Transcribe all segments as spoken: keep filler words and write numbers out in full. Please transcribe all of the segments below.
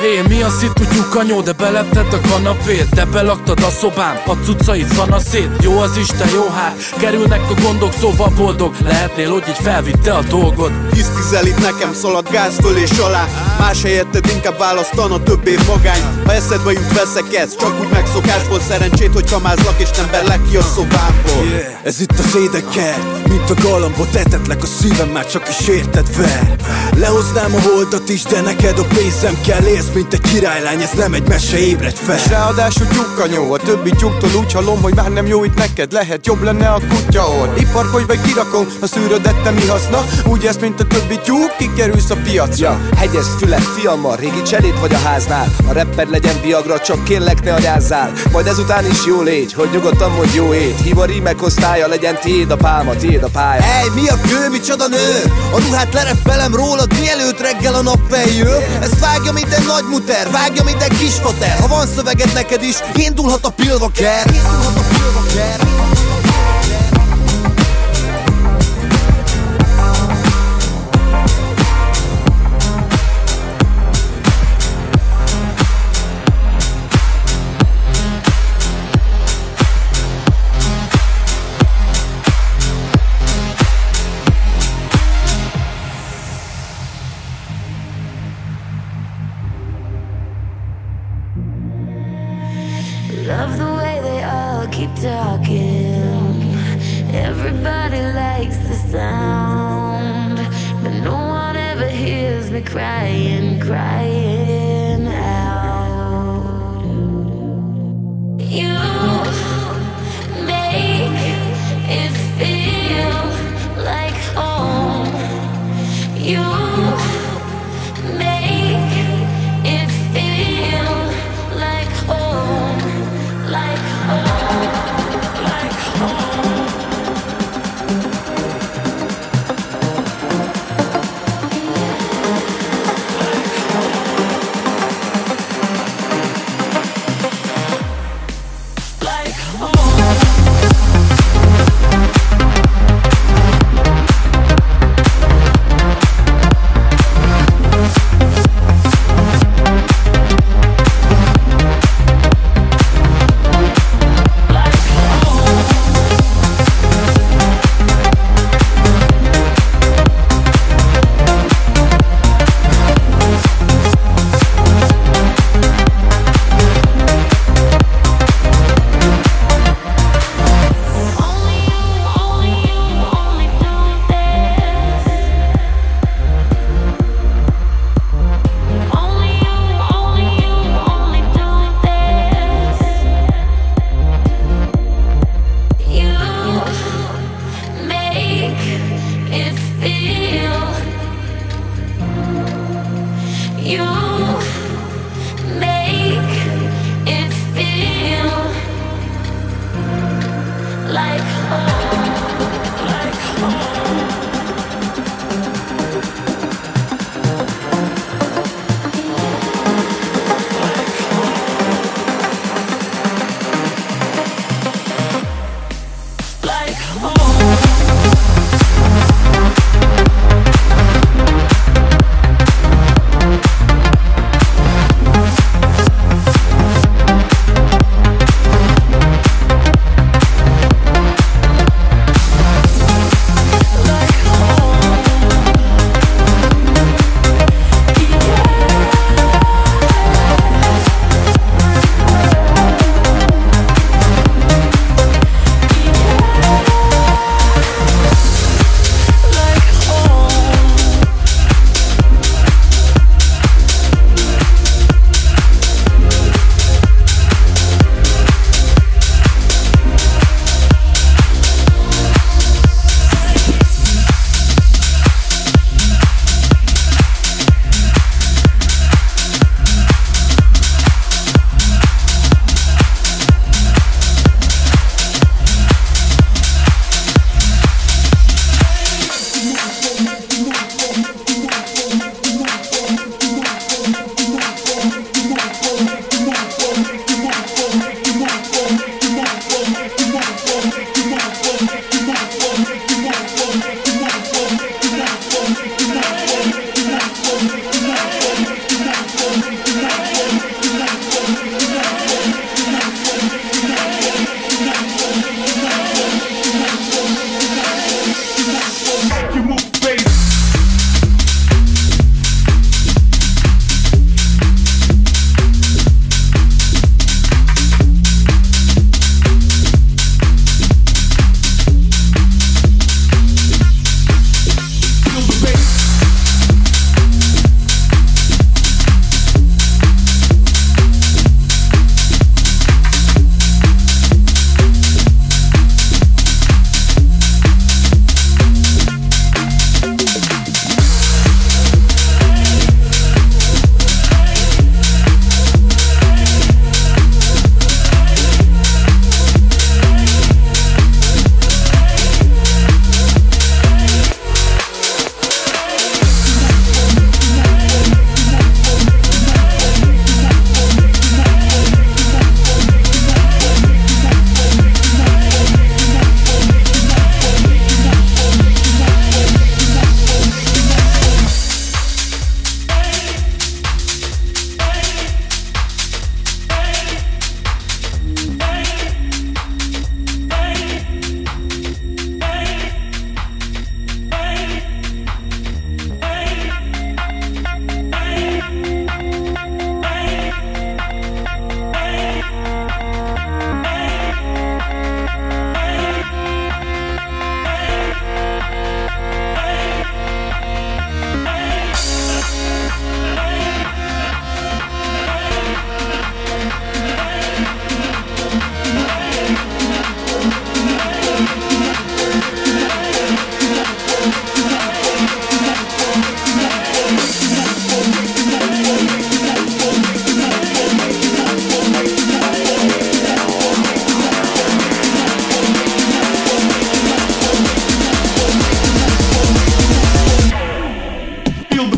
Én mi a szitu tyúkanyó, de beletted a kanapét, de belaktad a szobám, a cuccait szana szét. Jó az Isten, jó hát, kerülnek a gondok, szóval boldog lehetnél, hogy így felvitte a dolgod. Hisztizel itt nekem, szalad gáz föl és alá, más helyetted inkább választana több év magány. Ha eszedbe jut, veszekedsz, csak úgy megszokásból, szerencsét, hogy kamázlak és nem berlek ki a szobámból. Yeah. Ez itt az édeker, mint a galambot etetlek, a szívem már csak is érted ver. Lehoznám a holdat is, de neked a pénzem kell. Élsz, mint egy királylány, ez nem egy mese, ébredj fel. És ráadásul tyúkkanyó, a többi tyúktól úgy hallom, hogy már nem jó itt neked. Lehet jobb lenne a kutya orr. Iparkodj vagy kirakom, a szűrödette mi haszna. Úgy ezt, mint a többi tyúk, kikerülsz a piacra. Ja, hegyezd fület, fiammal, régi cserét vagy a háznál. A rapper legyen viagra, csak kérlek ne agyázzál. Majd ezután is jó légy, hogy nyugodtan mondj jó ét. Hív a rímek osztálya, legyen tiéd a pálma, tiéd a pálya. Ej, mi a kő, micsoda nő? A ruhát lereppelem rólad, mielőtt reggel a nap feljön. Ezt vágja minden nagy muter, vágja minden kisfater. Ha van szöveged neked is, indulhat a pilvaker. Indulhat a pilvaker. Love the way they all keep talking. Everybody likes the sound, but no one ever hears me crying, crying out. You make it feel like home. You make it feel like home. Like home, like home. Like home.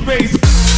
bass.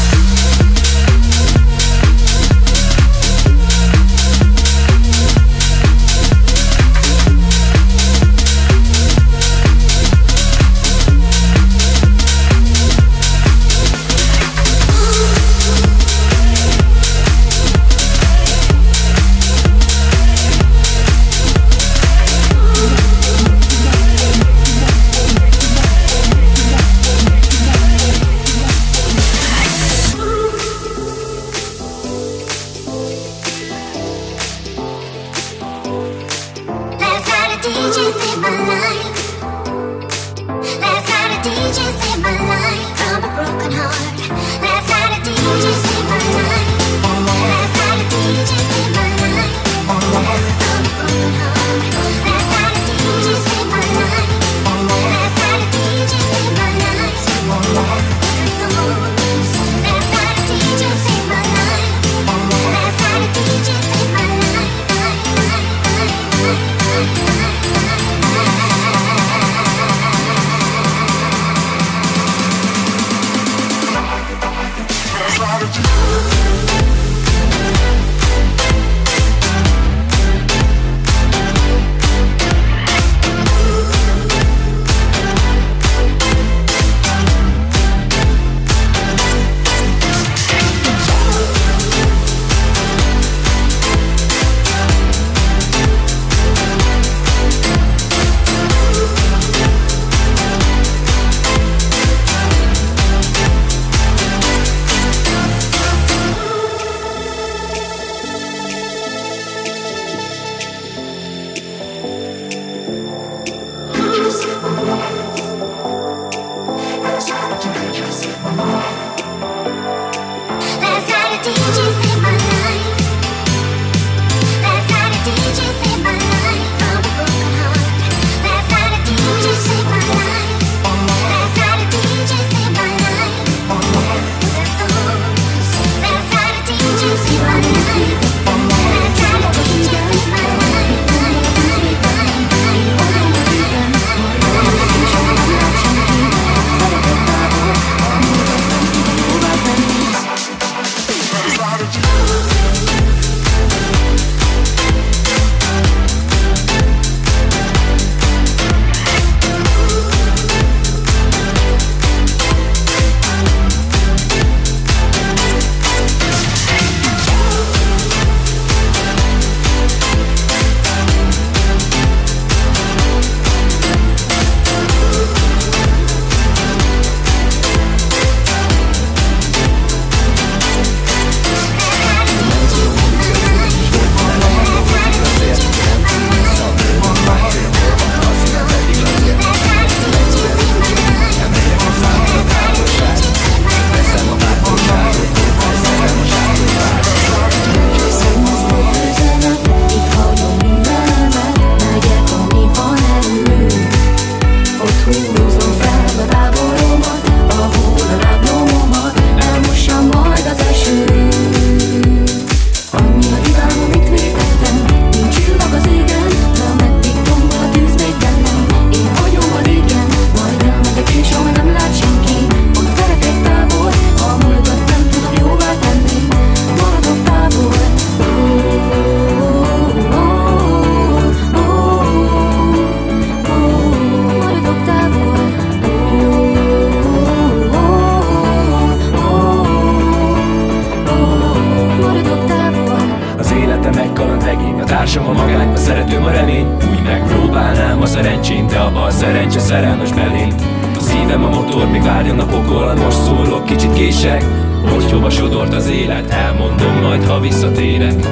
társam a magány, a szeretőm a remény. Úgy megpróbálnám a szerencsém, de abba a szerencse szerelmes belém. A szívem a motor, még várjon a pokol, most szólok, kicsit kések. Hogy hova sodort az élet, elmondom majd, ha visszatérek.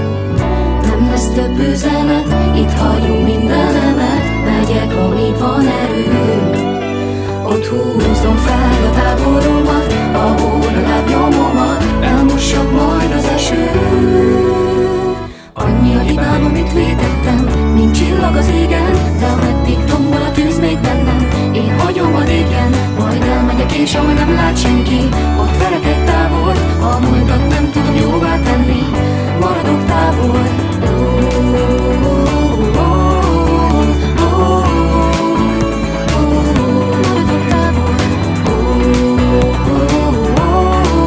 Nem lesz több üzenet, itt hagyunk mindenemet. Megyek, amíg van erő. Ott húzom fel a táboromat, ahol a lábnyomomat elmossak majd az eső. Annyi a hibám, amit vétettem, mint csillag az égen, de ameddig tombol a tűz még bennem, én hagyom a régen, majd elmegyek és ahol nem lát senki, ott verek egy távol, a múltat nem tudom jóvá tenni, maradok távol. Maradok távol.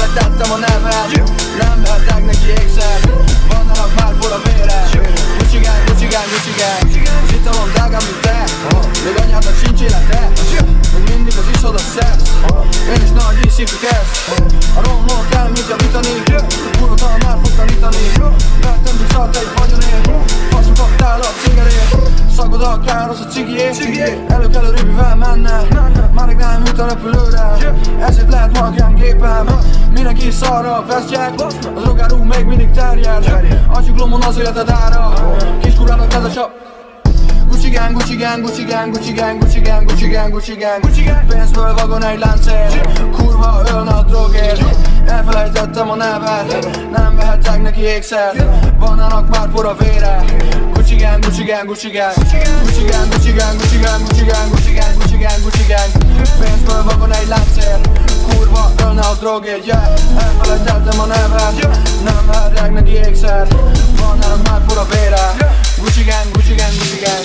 beletettem a nevet. Nem vehetek neki ékszer, vannak már bor a vére. Gucci gang, Gucci gang, Gucci gang. Az italom drága, mint te. Még anyádnak sincs élete. Még mindig az iszod a szert. Én is nagy ízszívű kezd. A romló kell mit javítani. Kurva talán már fog tanítani. Mert nem tudsz szart egy vagyonért. Faszom kaptál a cigerét. Szagod a káros a cigiét. Előkelő rübivel menne. Már nem jut a repülőre. Ezért lehet magángépem. Mindenki szarra a vesztjek. Az rogárú még mindig terjed. Agyuglomon az életed ára. Kiskurának ez a csap. Gucci gang, Gucci gang, Gucci gang, Gucci gang, Gucci gang, Gucci gang, Gucci gang. Pénzből vagon egy láncért. Kurva ölne a drogért. Elfelejtettem a nevet. Nem vehetek neki ékszer. Vannak már por a vére. Gucci gang, Gucci gang, Gucci gang. Gucci gang, Gucci gang, Gucci gang, Gucci gang, Gucci gang, Gucci gang, Gucci gang. Pénzből vagon egy láncért. Kurva ölne a drogért, yeah. Elfelejtettem a nevet. Nem vehetek neki ékszer. Vannak már por a vére. Gucci gang, Gucci gang, Gucci gang.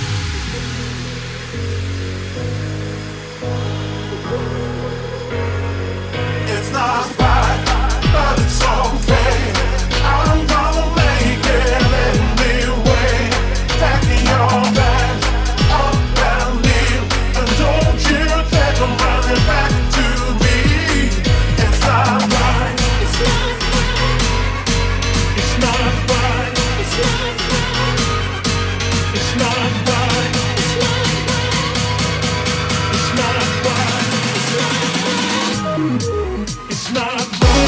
It's not right, but it's okay. I'm gonna make it anyway. Packing your bags up and leave, and don't you take them running back to me. It's not right. It's not right. It's not right. It's not right. It's not right. It's not right. It's not right. It's not right.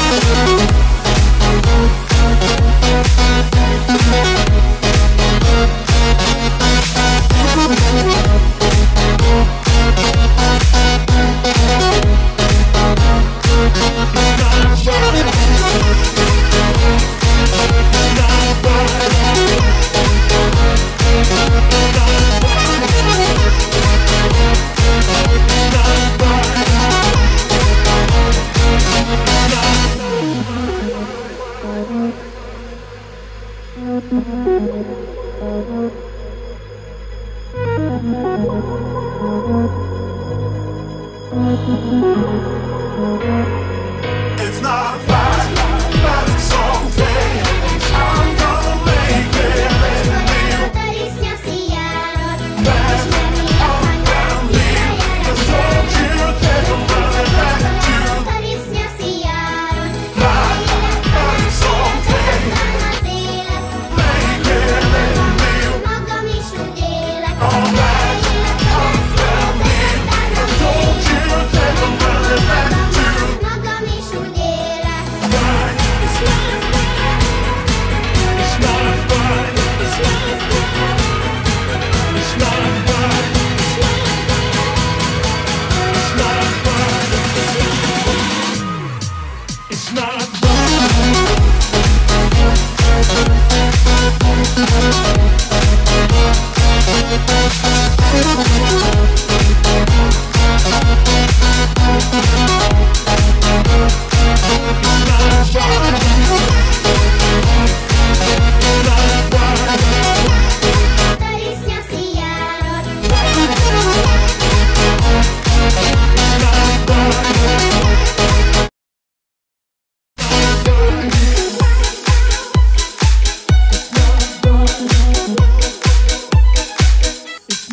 It's not right, but it's okay. I'm gonna make it anyway. Back up and leave, 'cause don't you take them running back to right, but it's okay. Make it anyway. Alright, up and leave, 'cause don't you take them running back to right. It's not right. It's not right. It's not right. It's not right. It's not right. It's not It's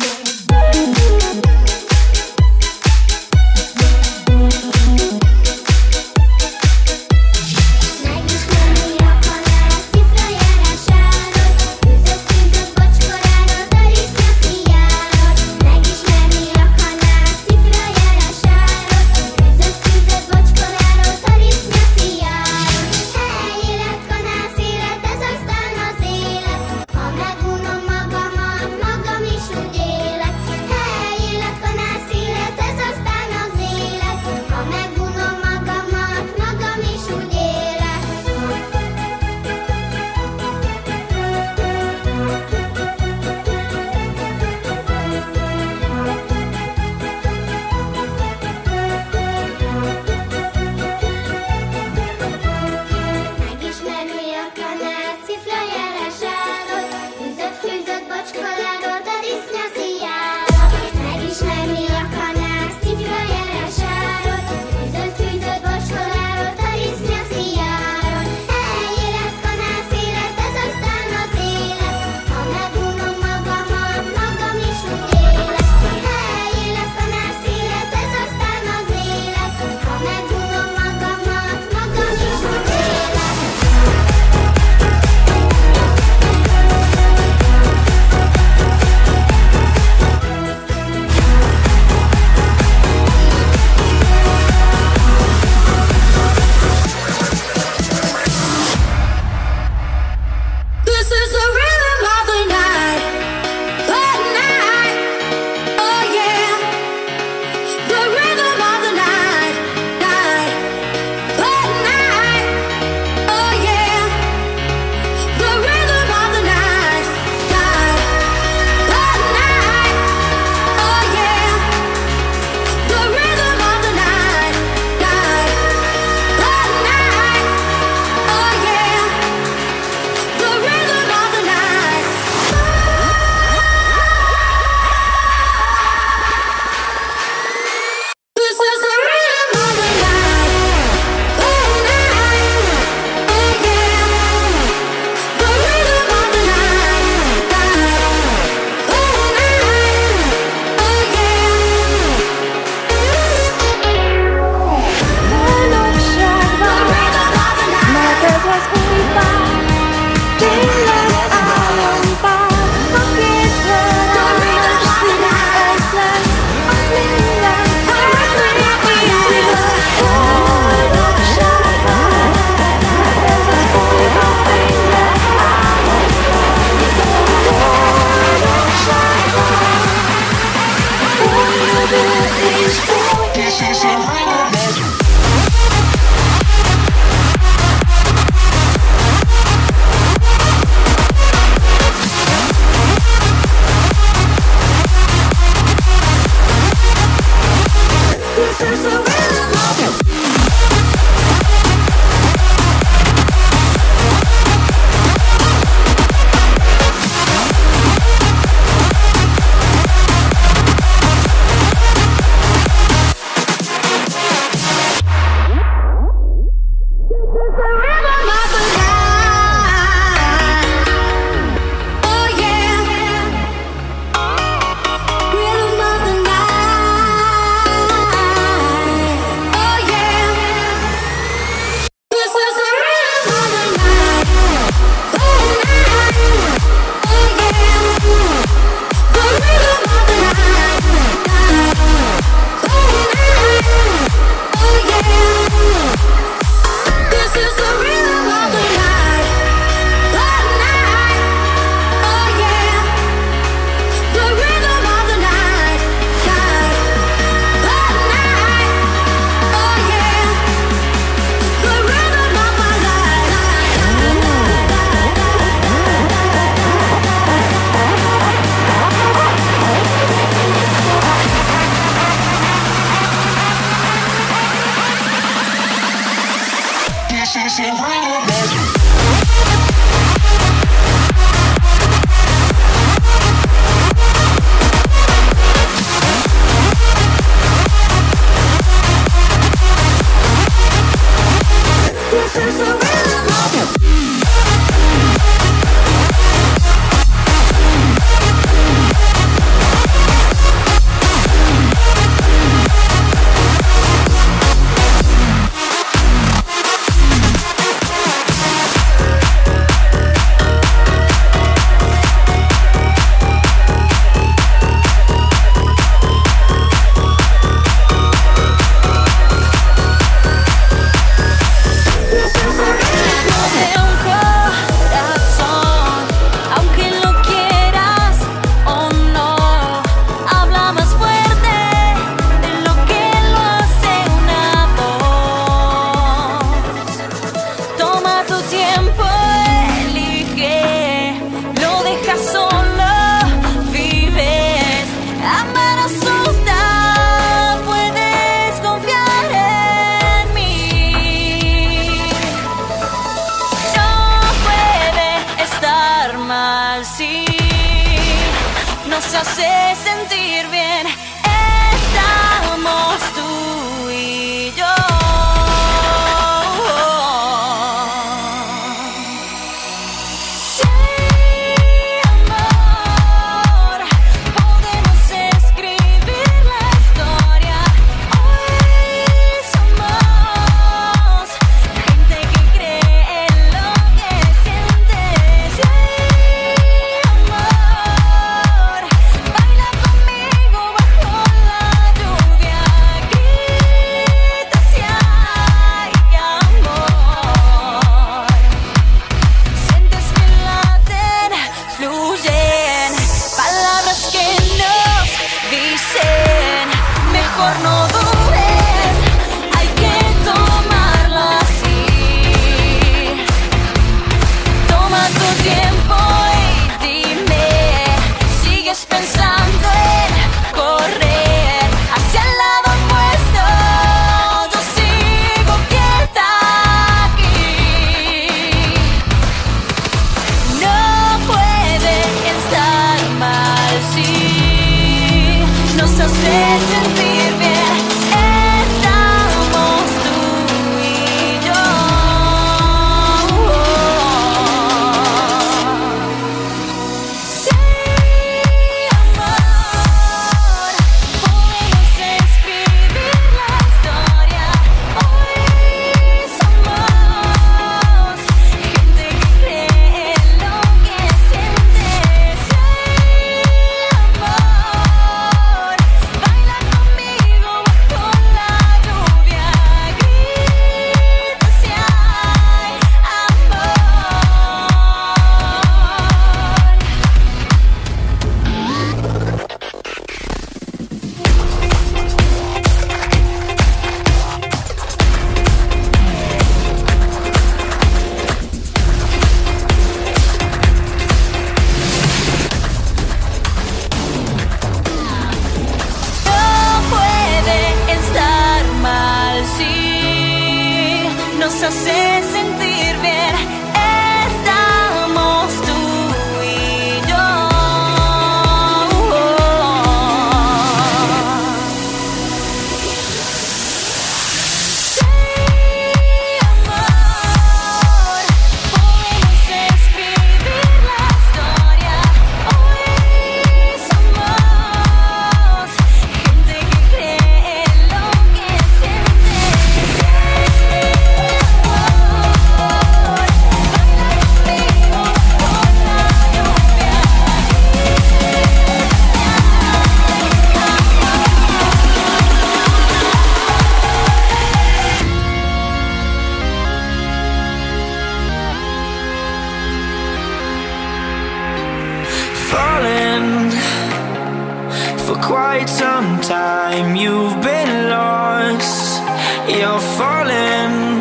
quite some time. You've been lost, you're falling,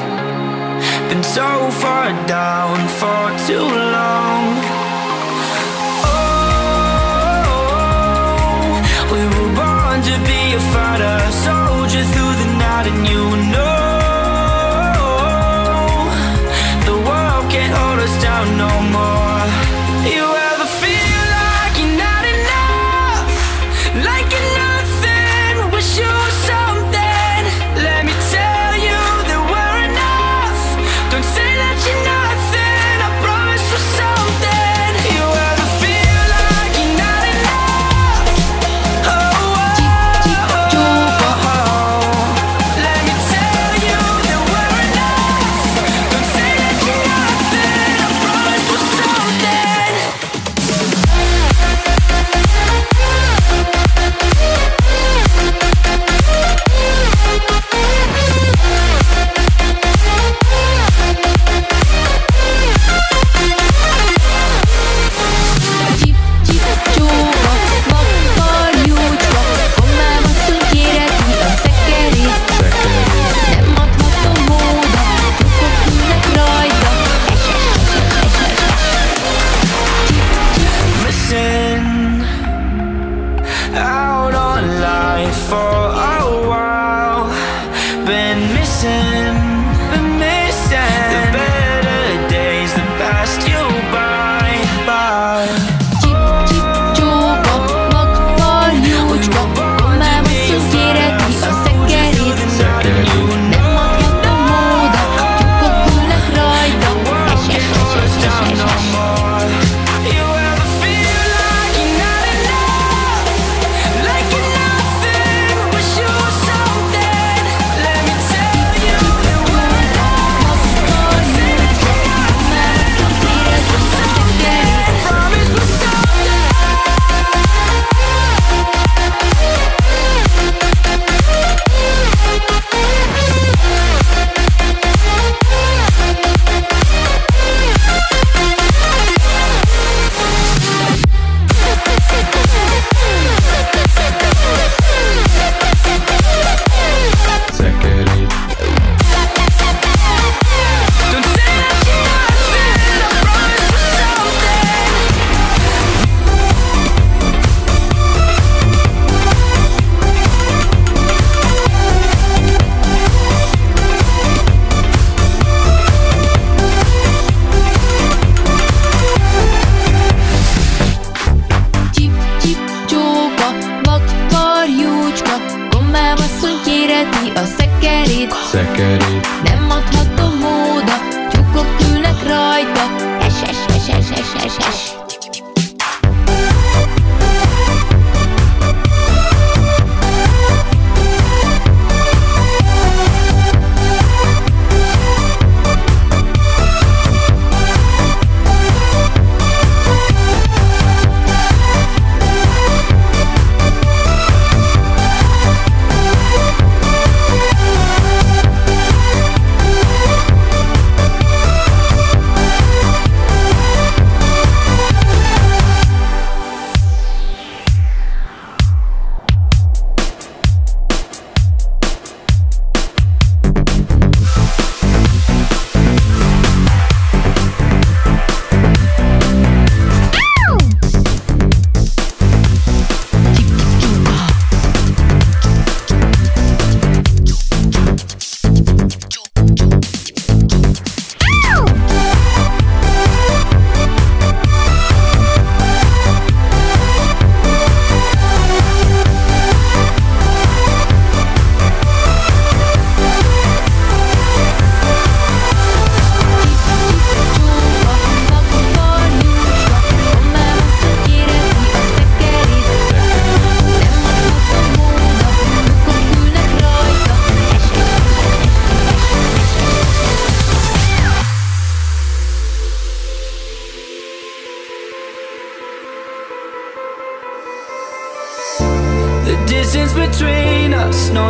been so far down for too long. Oh, we were born to be a fighter, soldier through the night, and you know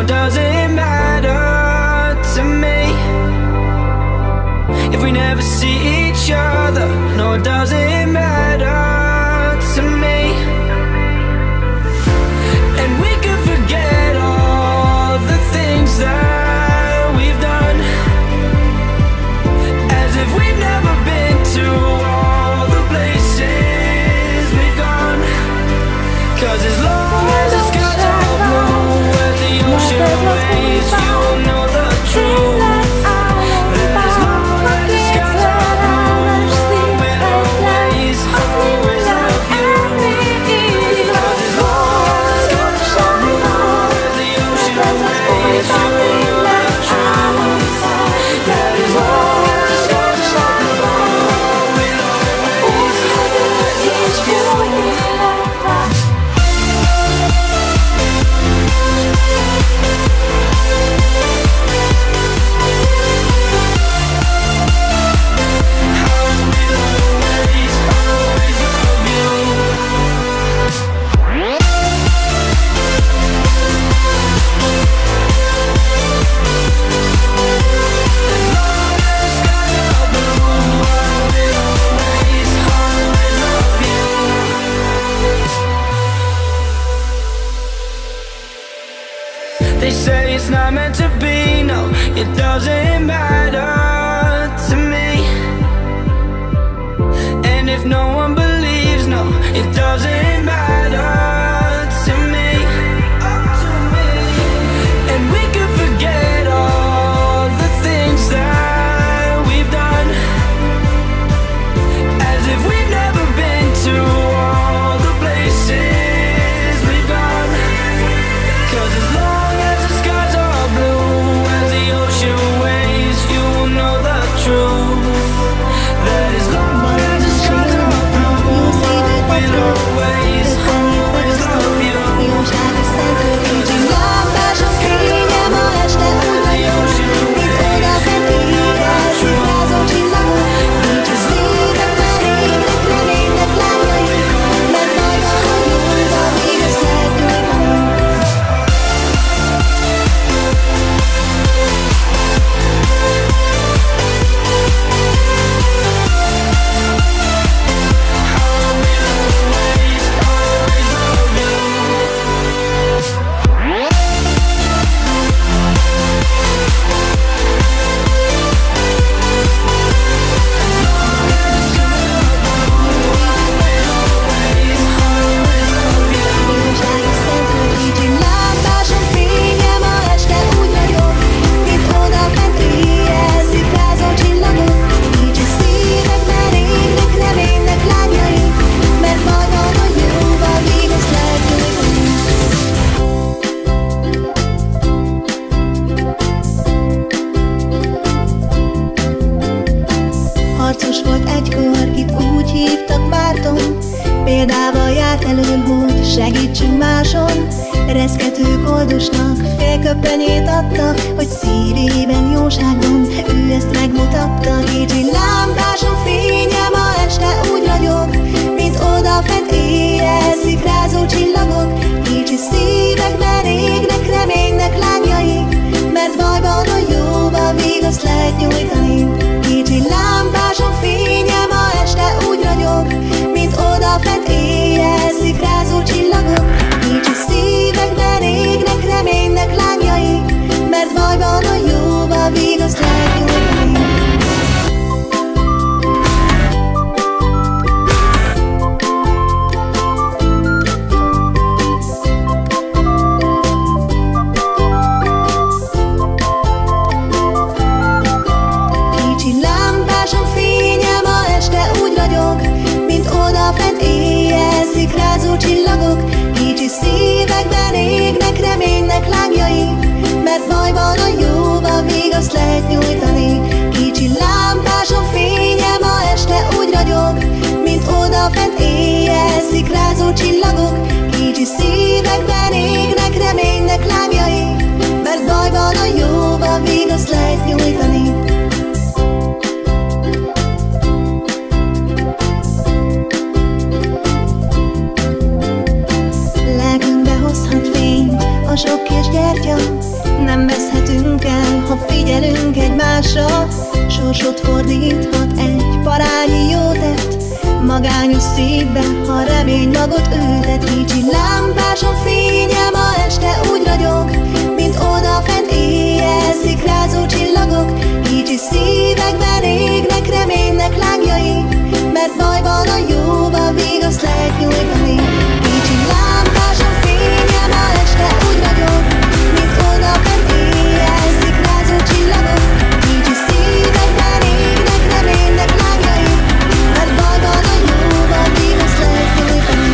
does it matter to me if we never see each other? No, does it matter to me? And we could forget all the things that we've done, as if we've never been to all the places we've gone. Cause as long as the skies are blue, as the ocean waves, you'll know the truth. That as long as the skies are blue, we'll always, always love you. Cause as long as the skies are blue, as the ocean waves, you'll know the truth. That as long as the skies are blue, we'll always, always love you. They say it's not meant to be, no, it doesn't matter to me. And if no one believes, no, it doesn't matter to me. And we could forget all the things that we've done, as if we've never been to all the places we've gone. Cause as long as the skies are blue, as the ocean waves, you will know the truth. That as long as the skies are blue, we'll always, always love you. Lámpás a fénye ma este úgy vagyok, mint odafent érezzük rázó csillagok. Nincs a szívekben égnek, reménynek lányai, mert majd a hajóba még összegyújtani. Lámpás a fénye ma este úgy vagyok, mint odafent érezzük rázó csillagok. Nincs a szívekben égnek, reménynek lányai, mert majd van a jóba még azt lehet nyújtani. Harcos volt egykor, kit úgy hívtak Márton, példával járt elől, hogy segítsünk máson. Reszkető koldusnak félköpenyét adta, hogy szívében jóság van, ő ezt megmutatta. Kicsi lámpáson fénye ma este úgy ragyog, mint odafent érezzük rázó csillagok. Kicsi szívekben égnek, reménynek lányai, mert bajban a jóba még azt lehet nyújtani. Kicsi lámpáson fénye ma este úgy ragyog, mint odafent érezzük rázó csillagok. Kicsi szívekben égnek, reménynek lányai, mert bajban a jóba még azt lehet nyújtani. Kicsi lámpáson fénye ma este úgy ragyog, mint odafent érezzük rázó csillagok. Kicsi szívekben égnek, reménynek lányai, mert bajban a jóba még azt lehet nyújtani. Kicsi lámpáson fénye ma este úgy ragyog, mint odafent érezzük rázó csillagok. Kicsi szívekben égnek, reménynek lányai, mert bajban a jóba még azt lehet nyújtani. Lelkünkbe hozhat fényt a sok kis gyertya, sorsot fordíthat egy parányi jó tett. Magányos szívbe, ha remény magot ültet. Kicsi lámpás a fénye, ma este úgy ragyog, mint odafent éjjel szikrázó csillagok. Kicsi szívekben égnek reménynek lángjai, mert bajban a jóba vigaszt lehet nyújtani. Kicsi lámpás a fénye, ma este úgy ragyog, mint odafent éjjel szikrázó csillagok. Kicsi szívekben égnek reménynek lángjai, mert bajban a jóba vigaszt lehet nyújtani.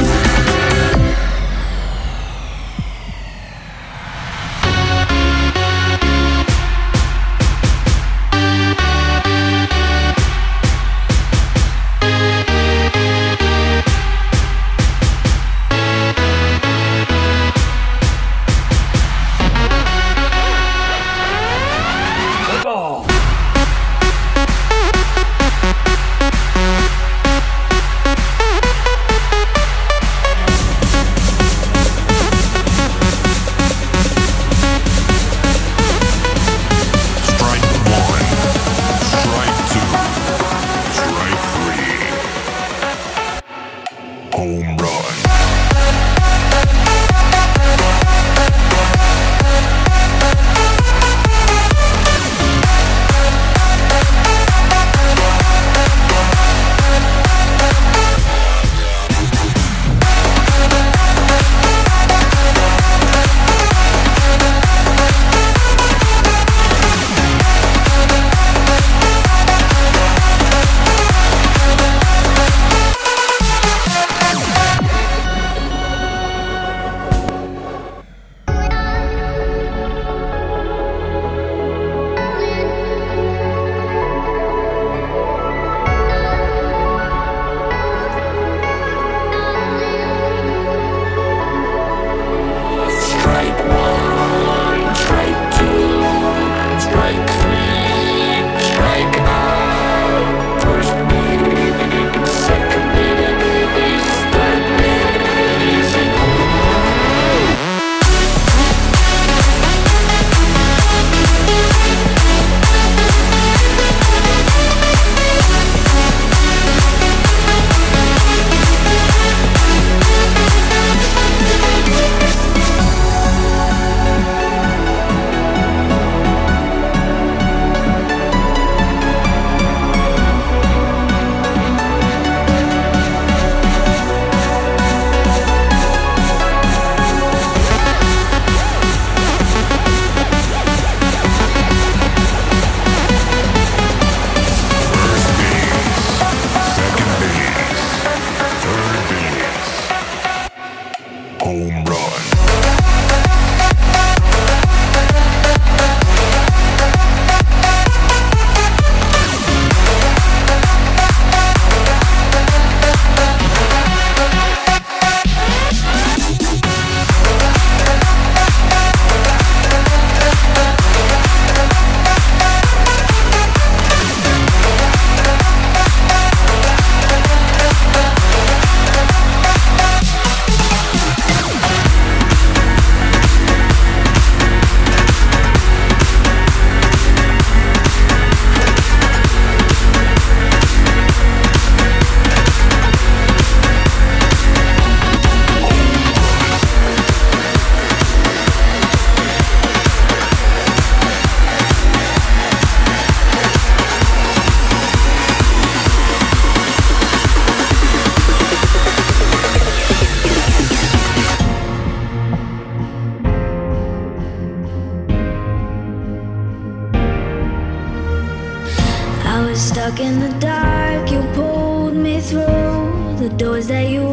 Stuck in the dark, you pulled me through the doors that you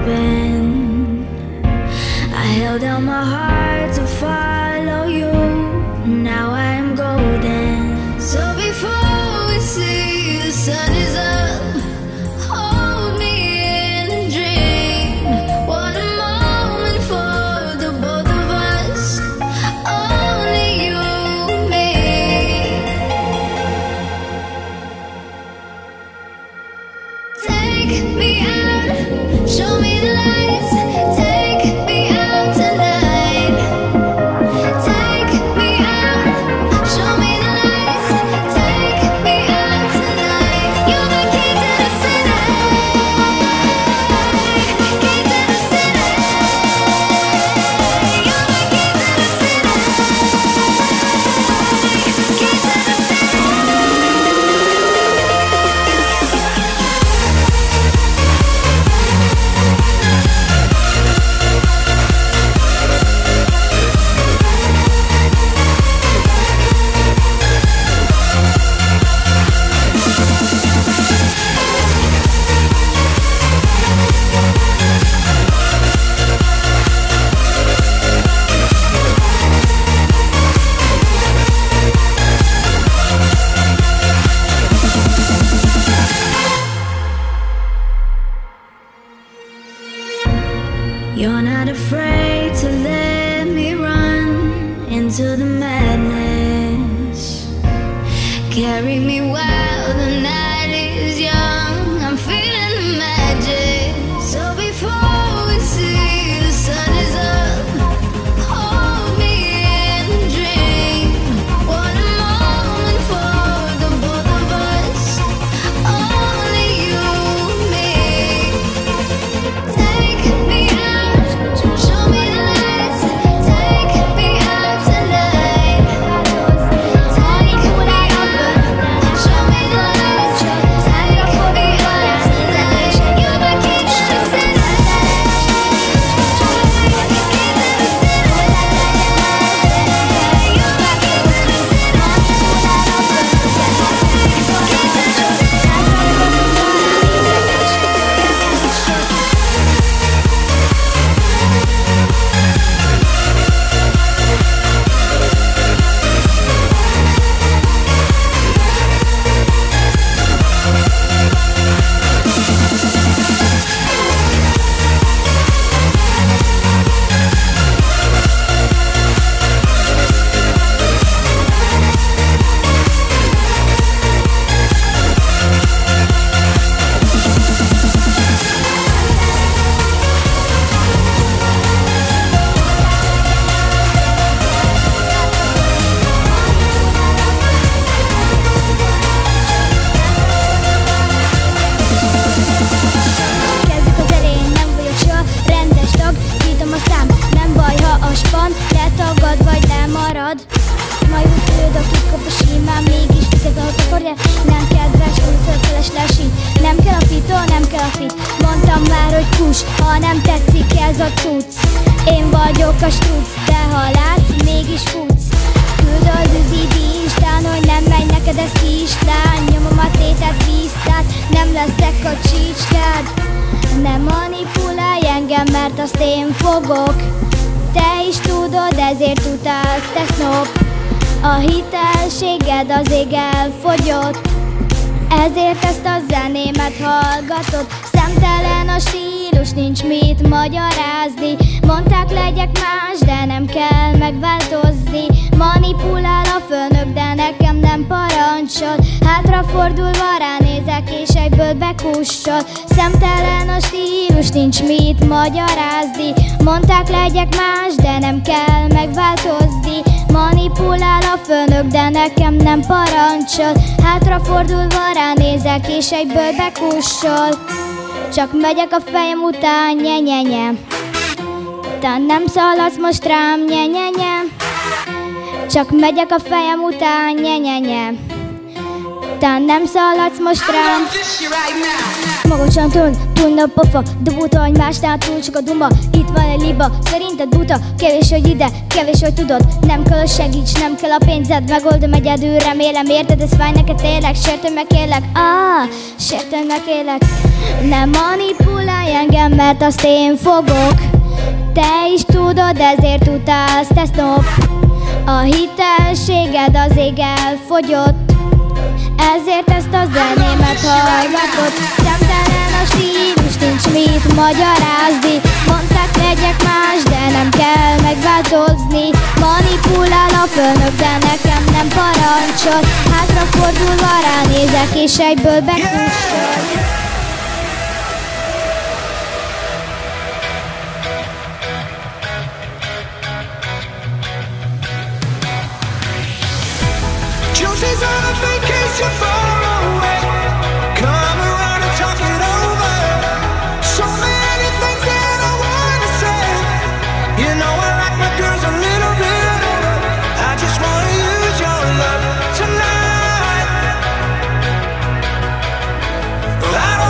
opened. I held out my heart to follow you. Now I am golden. So before we see the sun is up, hold me in a dream. What a moment for the both of us. Only you, me. Take me out, show me the lights. Take me out tonight. Take me out, show me the lights. Take me out. a kikap a simán, mégis titeket akarja. Nem kedves, úszor feleslési. Nem kell a fitó, nem kell a fit. Mondtam már, hogy kus, ha nem tetszik ez a cucc. Én vagyok a struc, de ha látsz, mégis futsz. Küld az üzidistán, hogy nem megy neked ez kislány. Nyomom a tétet visszát, nem leszek a csicskád. Ne manipulálj engem, mert azt én fogok. Te is tudod, ezért utálsz, te sznop. A hitelséged az ég elfogyott, ezért ezt a zenémet hallgatod. Szemtelen a stílus, nincs mit magyarázni. Mondták legyek más, de nem kell megváltozni. Manipulál a főnök, de nekem nem parancsol. Hátrafordulva ránézek és egyből bekussol. Szemtelen a stílus, nincs mit magyarázni. Mondták legyek más, de nem kell megváltozni. Manipulál a főnök, de nekem nem parancsol. Hátrafordulva ránézek és egyből bekussol. Csak megyek a fejem után, nye-nye-nye. Te nem szaladsz most rám, nye-nye-nye. Csak megyek a fejem után, nye-nye-nye. Te nem szaladsz most rám. Magosan túl, túl a pofa. Dobulta, hogy másnál túl csak a duma. Itt van egy liba, szerinted buta. Kevés, hogy ide, kevés, hogy tudod. Nem kell, hogy segíts, nem kell a pénzed. Megoldom egyedül, remélem, érted, ez fáj neked tényleg. Sértőn meg kérlek, ah, sértőn meg kérlek. Nem manipulálj engem, mert azt én fogok. Te is tudod, ezért utálsz, te sznop. A hitelséged az ég elfogyott, ezért ezt a zenémet hallgatod. Szemtelen a stílus, nincs mit magyarázni. Mondták legyek más, de nem kell megváltozni. Manipulál a főnök, de nekem nem parancsol. Hátrafordulva ránézek és egyből bekussol. Josie's on a vacation far away. Come around and talk it over. So many things that I wanna say. You know I like my girls a little bit older. I just wanna use your love tonight. I don't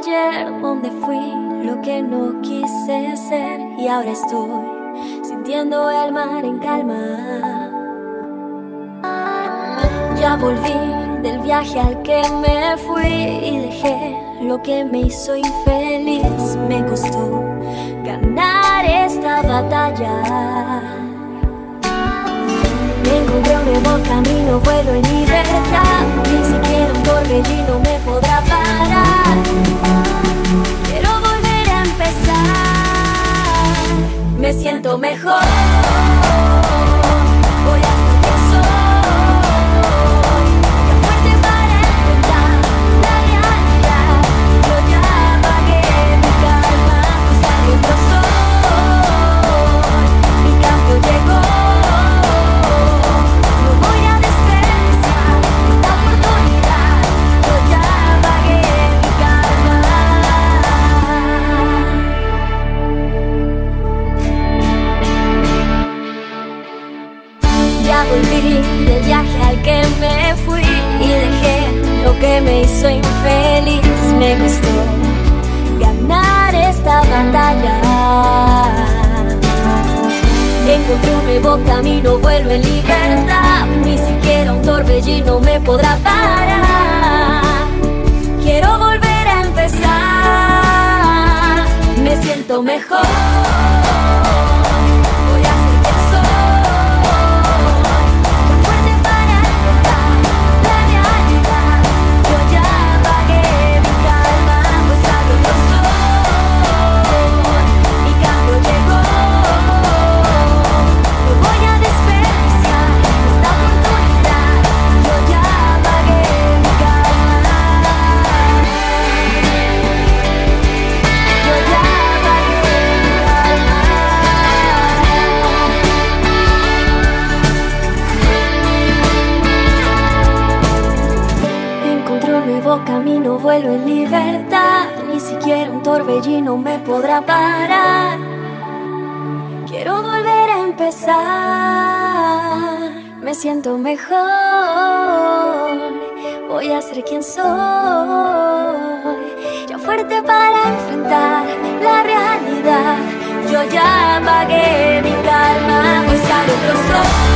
ayer, donde fui lo que no quise ser, y ahora estoy sintiendo el mar en calma. Ya volví del viaje al que me fui y dejé lo que me hizo infeliz. Me costó ganar esta batalla. Me encontré un nuevo camino, vuelo en libertad. Ni siquiera un torbellino me podrá parar. Quiero volver a empezar. Me siento mejor. Voy a ser quien soy. Ya fuerte para enfrentar la realidad. Yo ya apagué mi calma, pues adentro soy. Mi cambio llegó. Volví del viaje al que me fui y dejé lo que me hizo infeliz. Me costó ganar esta batalla. Encontré un nuevo camino, vuelo en libertad. Ni siquiera un torbellino me podrá parar. Quiero volver a empezar. Me siento mejor. Camino, vuelo en libertad. Ni siquiera un torbellino me podrá parar. Quiero volver a empezar. Me siento mejor. Voy a ser quien soy. Ya fuerte para enfrentar la realidad. Yo ya apagué mi calma, pues adentro soy.